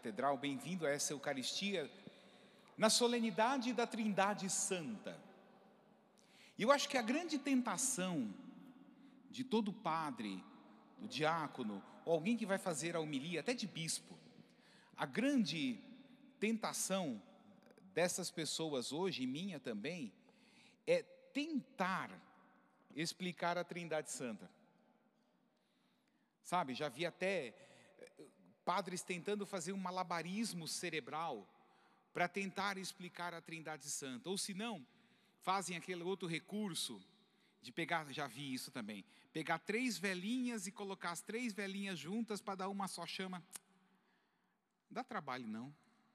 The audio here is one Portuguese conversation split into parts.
Catedral, bem-vindo a essa Eucaristia na solenidade da Trindade Santa. E eu acho que a grande tentação de todo padre, do diácono, ou alguém que vai fazer a homilia, até de bispo, a grande tentação dessas pessoas hoje, e minha também, é tentar explicar a Trindade Santa. Sabe, já vi até padres tentando fazer um malabarismo cerebral para tentar explicar a Trindade Santa. Ou se não, fazem aquele outro recurso de pegar, já vi isso também, pegar 3 velinhas e colocar as 3 velinhas juntas para dar uma só chama. Não dá trabalho não.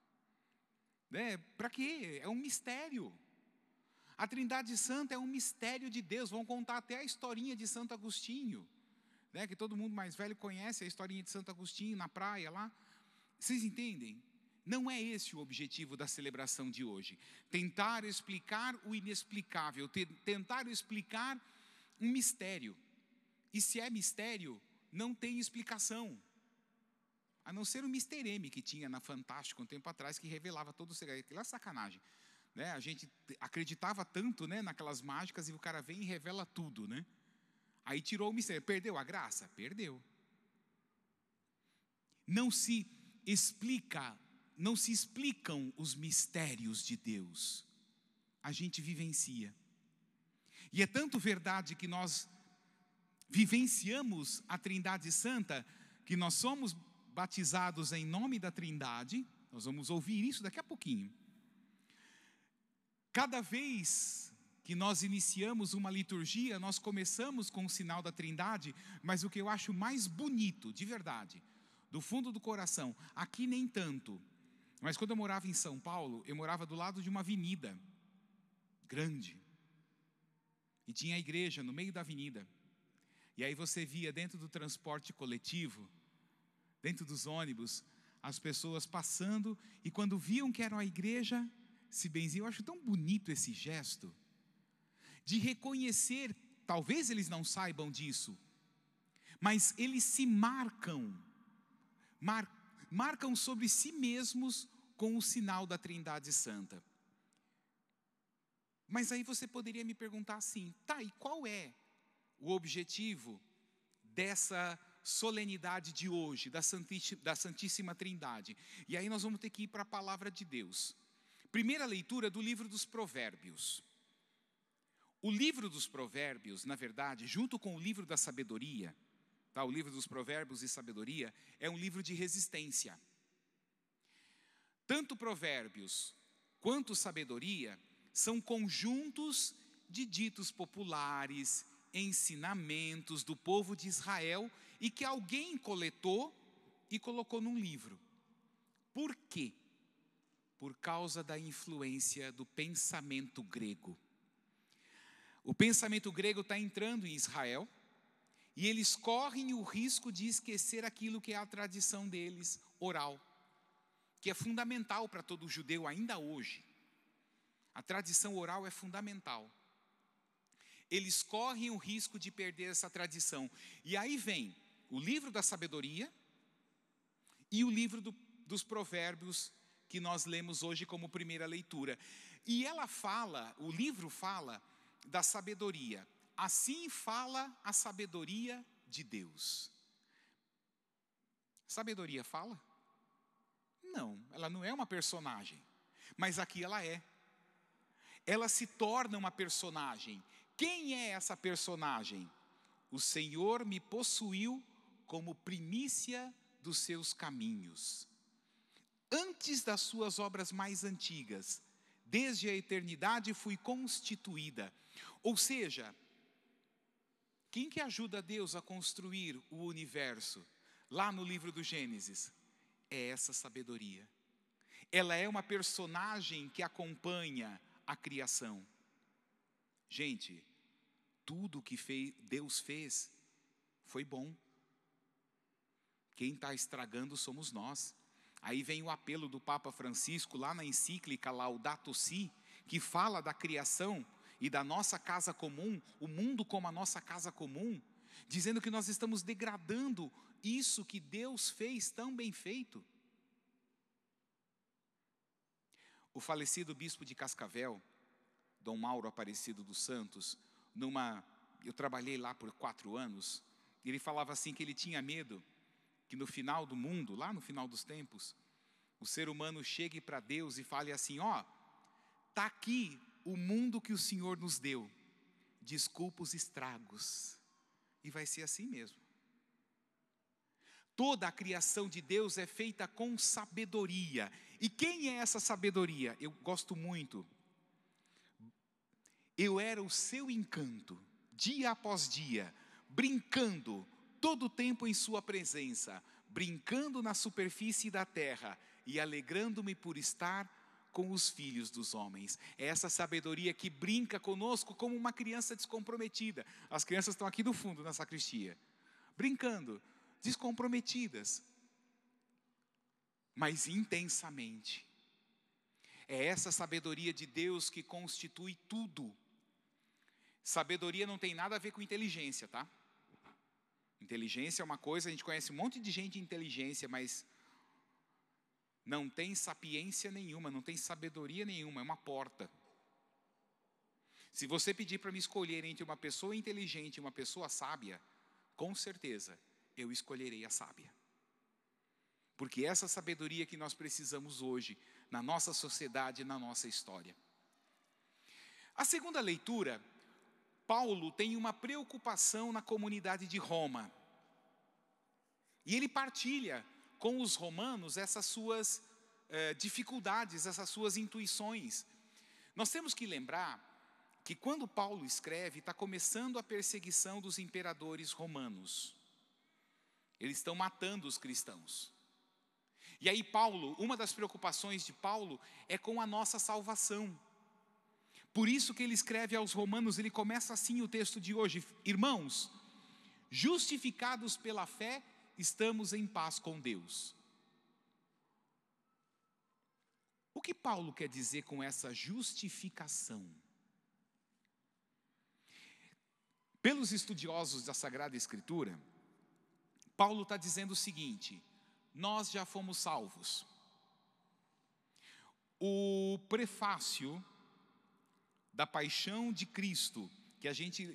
Para quê? É um mistério. A Trindade Santa é um mistério de Deus. Vão contar até a historinha de Santo Agostinho, que todo mundo mais velho conhece, a historinha de Santo Agostinho na praia lá. Vocês entendem? Não é esse o objetivo da celebração de hoje. Tentar explicar o inexplicável, tentar explicar um mistério. E se é mistério, não tem explicação. A não ser o Mr. M que tinha na Fantástico um tempo atrás, que revelava todo o segredo. Aquilo é sacanagem. A gente acreditava tanto, naquelas mágicas, e o cara vem e revela tudo, Aí tirou o mistério. Perdeu a graça? Perdeu. Não se explicam os mistérios de Deus. A gente vivencia. E é tanto verdade que nós vivenciamos a Trindade Santa, que nós somos batizados em nome da Trindade. Nós vamos ouvir isso daqui a pouquinho. Cada vez que nós iniciamos uma liturgia, nós começamos com o sinal da Trindade, mas o que eu acho mais bonito, de verdade, do fundo do coração, aqui nem tanto, mas quando eu morava em São Paulo, eu morava do lado de uma avenida grande, e tinha a igreja no meio da avenida, e aí você via dentro do transporte coletivo, dentro dos ônibus, as pessoas passando, e quando viam que era a igreja, se benziam. Eu acho tão bonito esse gesto, de reconhecer, talvez eles não saibam disso, mas eles se marcam sobre si mesmos com o sinal da Trindade Santa. Mas aí você poderia me perguntar assim, e qual é o objetivo dessa solenidade de hoje, da Santíssima Trindade? E aí nós vamos ter que ir para a Palavra de Deus. Primeira leitura do livro dos Provérbios. O livro dos Provérbios, na verdade, junto com o livro da sabedoria, o livro dos Provérbios e sabedoria, é um livro de resistência. Tanto Provérbios quanto sabedoria são conjuntos de ditos populares, ensinamentos do povo de Israel, e que alguém coletou e colocou num livro. Por quê? Por causa da influência do pensamento grego. O pensamento grego está entrando em Israel, e eles correm o risco de esquecer aquilo que é a tradição deles, oral, que é fundamental para todo judeu ainda hoje. A tradição oral é fundamental. Eles correm o risco de perder essa tradição. E aí vem o livro da sabedoria e o livro dos Provérbios, que nós lemos hoje como primeira leitura. E o livro fala da sabedoria. Assim fala a sabedoria de Deus. Sabedoria fala? Não, ela não é uma personagem. Mas aqui ela é. Ela se torna uma personagem. Quem é essa personagem? O Senhor me possuiu como primícia dos seus caminhos. Antes das suas obras mais antigas, desde a eternidade fui constituída. Ou seja, quem que ajuda Deus a construir o universo? Lá no livro do Gênesis, é essa sabedoria. Ela é uma personagem que acompanha a criação. Gente, tudo que Deus fez foi bom. Quem está estragando somos nós. Aí vem o apelo do Papa Francisco, lá na encíclica Laudato Si, que fala da criação e da nossa casa comum, o mundo como a nossa casa comum, dizendo que nós estamos degradando isso que Deus fez tão bem feito. O falecido bispo de Cascavel, Dom Mauro Aparecido dos Santos, eu trabalhei lá por 4 anos, e ele falava assim que ele tinha medo que no final do mundo, lá no final dos tempos, o ser humano chegue para Deus e fale assim: ó, está aqui o mundo que o Senhor nos deu, desculpa os estragos. E vai ser assim mesmo. Toda a criação de Deus é feita com sabedoria. E quem é essa sabedoria? Eu gosto muito. Eu era o seu encanto, dia após dia, brincando todo o tempo em sua presença, brincando na superfície da terra e alegrando-me por estar com os filhos dos homens. É essa sabedoria que brinca conosco como uma criança descomprometida. As crianças estão aqui do fundo na sacristia, brincando, descomprometidas, mas intensamente. É essa sabedoria de Deus que constitui tudo. Sabedoria não tem nada a ver com inteligência, tá? Inteligência é uma coisa, a gente conhece um monte de gente de inteligência, mas não tem sapiência nenhuma, não tem sabedoria nenhuma, é uma porta. Se você pedir para me escolher entre uma pessoa inteligente e uma pessoa sábia, com certeza eu escolherei a sábia. Porque essa sabedoria que nós precisamos hoje, na nossa sociedade e na nossa história. A segunda leitura, Paulo tem uma preocupação na comunidade de Roma. E ele partilha com os romanos essas suas dificuldades, essas suas intuições. Nós temos que lembrar que quando Paulo escreve, está começando a perseguição dos imperadores romanos. Eles estão matando os cristãos. E aí Paulo, uma das preocupações de Paulo é com a nossa salvação. Por isso que ele escreve aos romanos, ele começa assim o texto de hoje: irmãos, justificados pela fé, estamos em paz com Deus. O que Paulo quer dizer com essa justificação? Pelos estudiosos da Sagrada Escritura, Paulo está dizendo o seguinte: nós já fomos salvos. O prefácio da paixão de Cristo, que a gente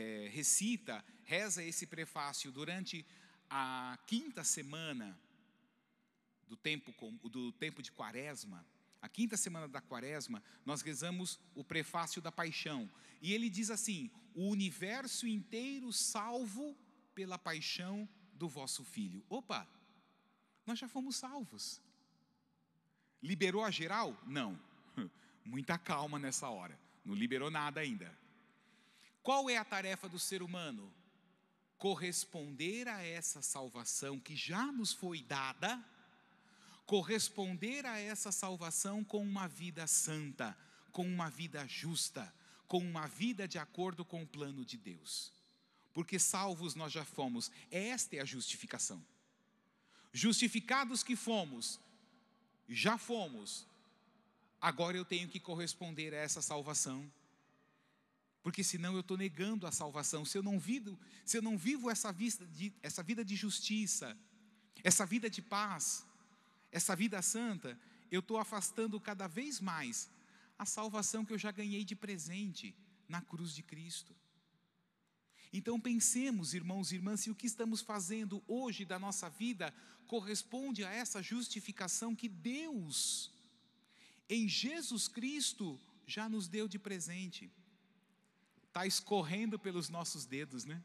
reza esse prefácio durante a 5ª semana do tempo de Quaresma, a 5ª semana da Quaresma, nós rezamos o prefácio da paixão. E ele diz assim: o universo inteiro salvo pela paixão do vosso Filho. Opa, nós já fomos salvos. Liberou a geral? Não. Muita calma nessa hora. Não liberou nada ainda. Qual é a tarefa do ser humano? Corresponder a essa salvação que já nos foi dada, corresponder a essa salvação com uma vida santa, com uma vida justa, com uma vida de acordo com o plano de Deus. Porque salvos nós já fomos. Esta é a justificação. Justificados que fomos, já fomos. Agora eu tenho que corresponder a essa salvação. Porque senão eu estou negando a salvação. Se eu não vivo essa vida de justiça, essa vida de paz, essa vida santa, eu estou afastando cada vez mais a salvação que eu já ganhei de presente na cruz de Cristo. Então pensemos, irmãos e irmãs, se o que estamos fazendo hoje da nossa vida corresponde a essa justificação que Deus, em Jesus Cristo, já nos deu de presente. Está escorrendo pelos nossos dedos, né?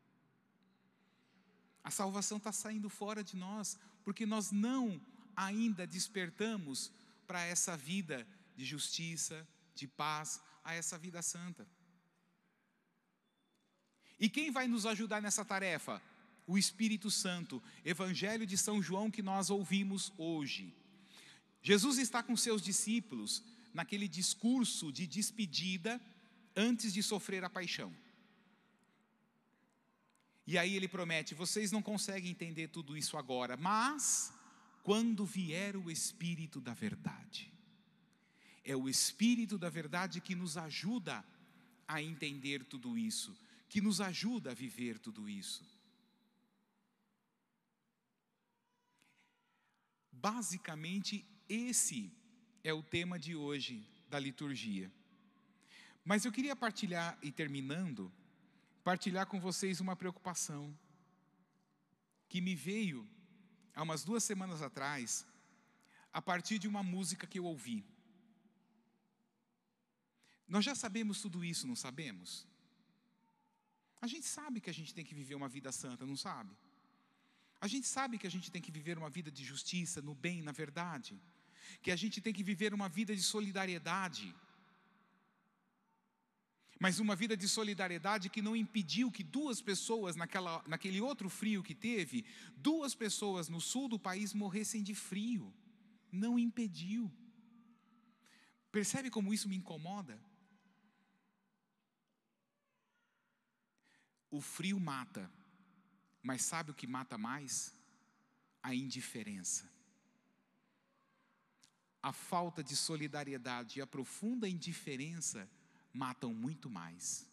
A salvação está saindo fora de nós, porque nós não ainda despertamos para essa vida de justiça, de paz, a essa vida santa. E quem vai nos ajudar nessa tarefa? O Espírito Santo. Evangelho de São João que nós ouvimos hoje. Jesus está com seus discípulos naquele discurso de despedida antes de sofrer a paixão. E aí ele promete: vocês não conseguem entender tudo isso agora, mas quando vier o Espírito da verdade. É o Espírito da verdade que nos ajuda a entender tudo isso, que nos ajuda a viver tudo isso. Basicamente, esse é o tema de hoje da liturgia. Mas eu queria partilhar, e terminando, partilhar com vocês uma preocupação que me veio há umas 2 semanas atrás, a partir de uma música que eu ouvi. Nós já sabemos tudo isso, não sabemos? A gente sabe que a gente tem que viver uma vida santa, não sabe? A gente sabe que a gente tem que viver uma vida de justiça, no bem, na verdade. Que a gente tem que viver uma vida de solidariedade. Mas uma vida de solidariedade que não impediu que 2 pessoas, naquele outro frio que teve, 2 pessoas no sul do país morressem de frio. Não impediu. Percebe como isso me incomoda? O frio mata, mas sabe o que mata mais? A indiferença. A falta de solidariedade e a profunda indiferença matam muito mais.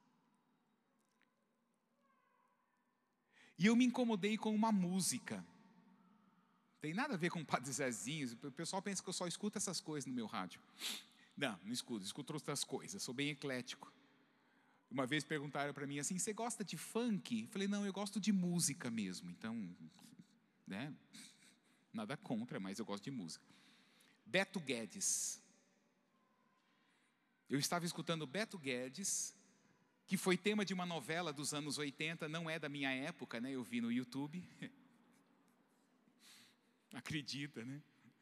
E eu me incomodei com uma música. Tem nada a ver com o Padre Zezinho. O pessoal pensa que eu só escuto essas coisas no meu rádio. Não escuto outras coisas, sou bem eclético. Uma vez perguntaram para mim assim, você gosta de funk? Eu falei, não, eu gosto de música mesmo. Então, né, nada contra, mas eu gosto de música. Beto Guedes. Eu estava escutando Beto Guedes, que foi tema de uma novela dos anos 80, não é da minha época, né? Eu vi no YouTube. Acredita, né?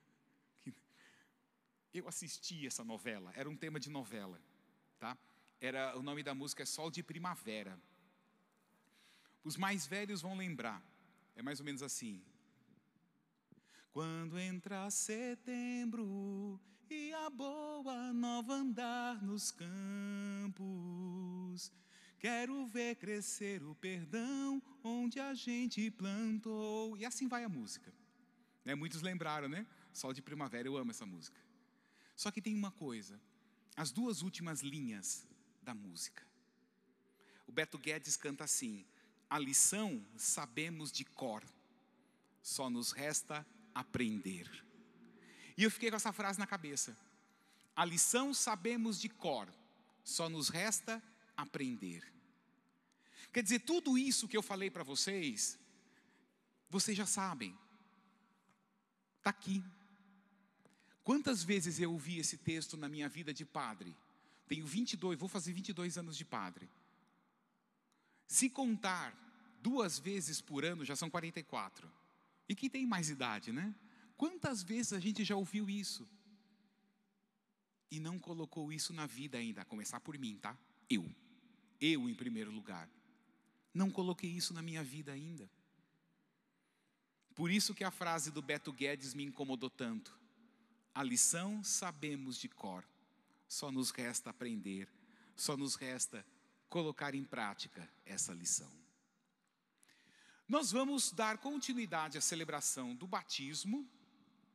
Eu assisti essa novela, era um tema de novela, tá? O nome da música é Sol de Primavera. Os mais velhos vão lembrar, é mais ou menos assim. Quando entra setembro e a boa nova andar nos campos, quero ver crescer o perdão onde a gente plantou. E assim vai a música. Muitos lembraram, né? Sol de Primavera, eu amo essa música. Só que tem uma coisa, as 2 últimas linhas da música. O Beto Guedes canta assim: a lição sabemos de cor, só nos resta aprender. E eu fiquei com essa frase na cabeça. A lição sabemos de cor, só nos resta aprender. Quer dizer, tudo isso que eu falei para vocês, vocês já sabem. Está aqui. Quantas vezes eu ouvi esse texto na minha vida de padre? Vou fazer 22 anos de padre. Se contar 2 vezes por ano, já são 44. E quem tem mais idade, né? Quantas vezes a gente já ouviu isso? E não colocou isso na vida ainda, a começar por mim, tá? Eu em primeiro lugar. Não coloquei isso na minha vida ainda. Por isso que a frase do Beto Guedes me incomodou tanto. A lição sabemos de cor, só nos resta aprender, só nos resta colocar em prática essa lição. Nós vamos dar continuidade à celebração do batismo,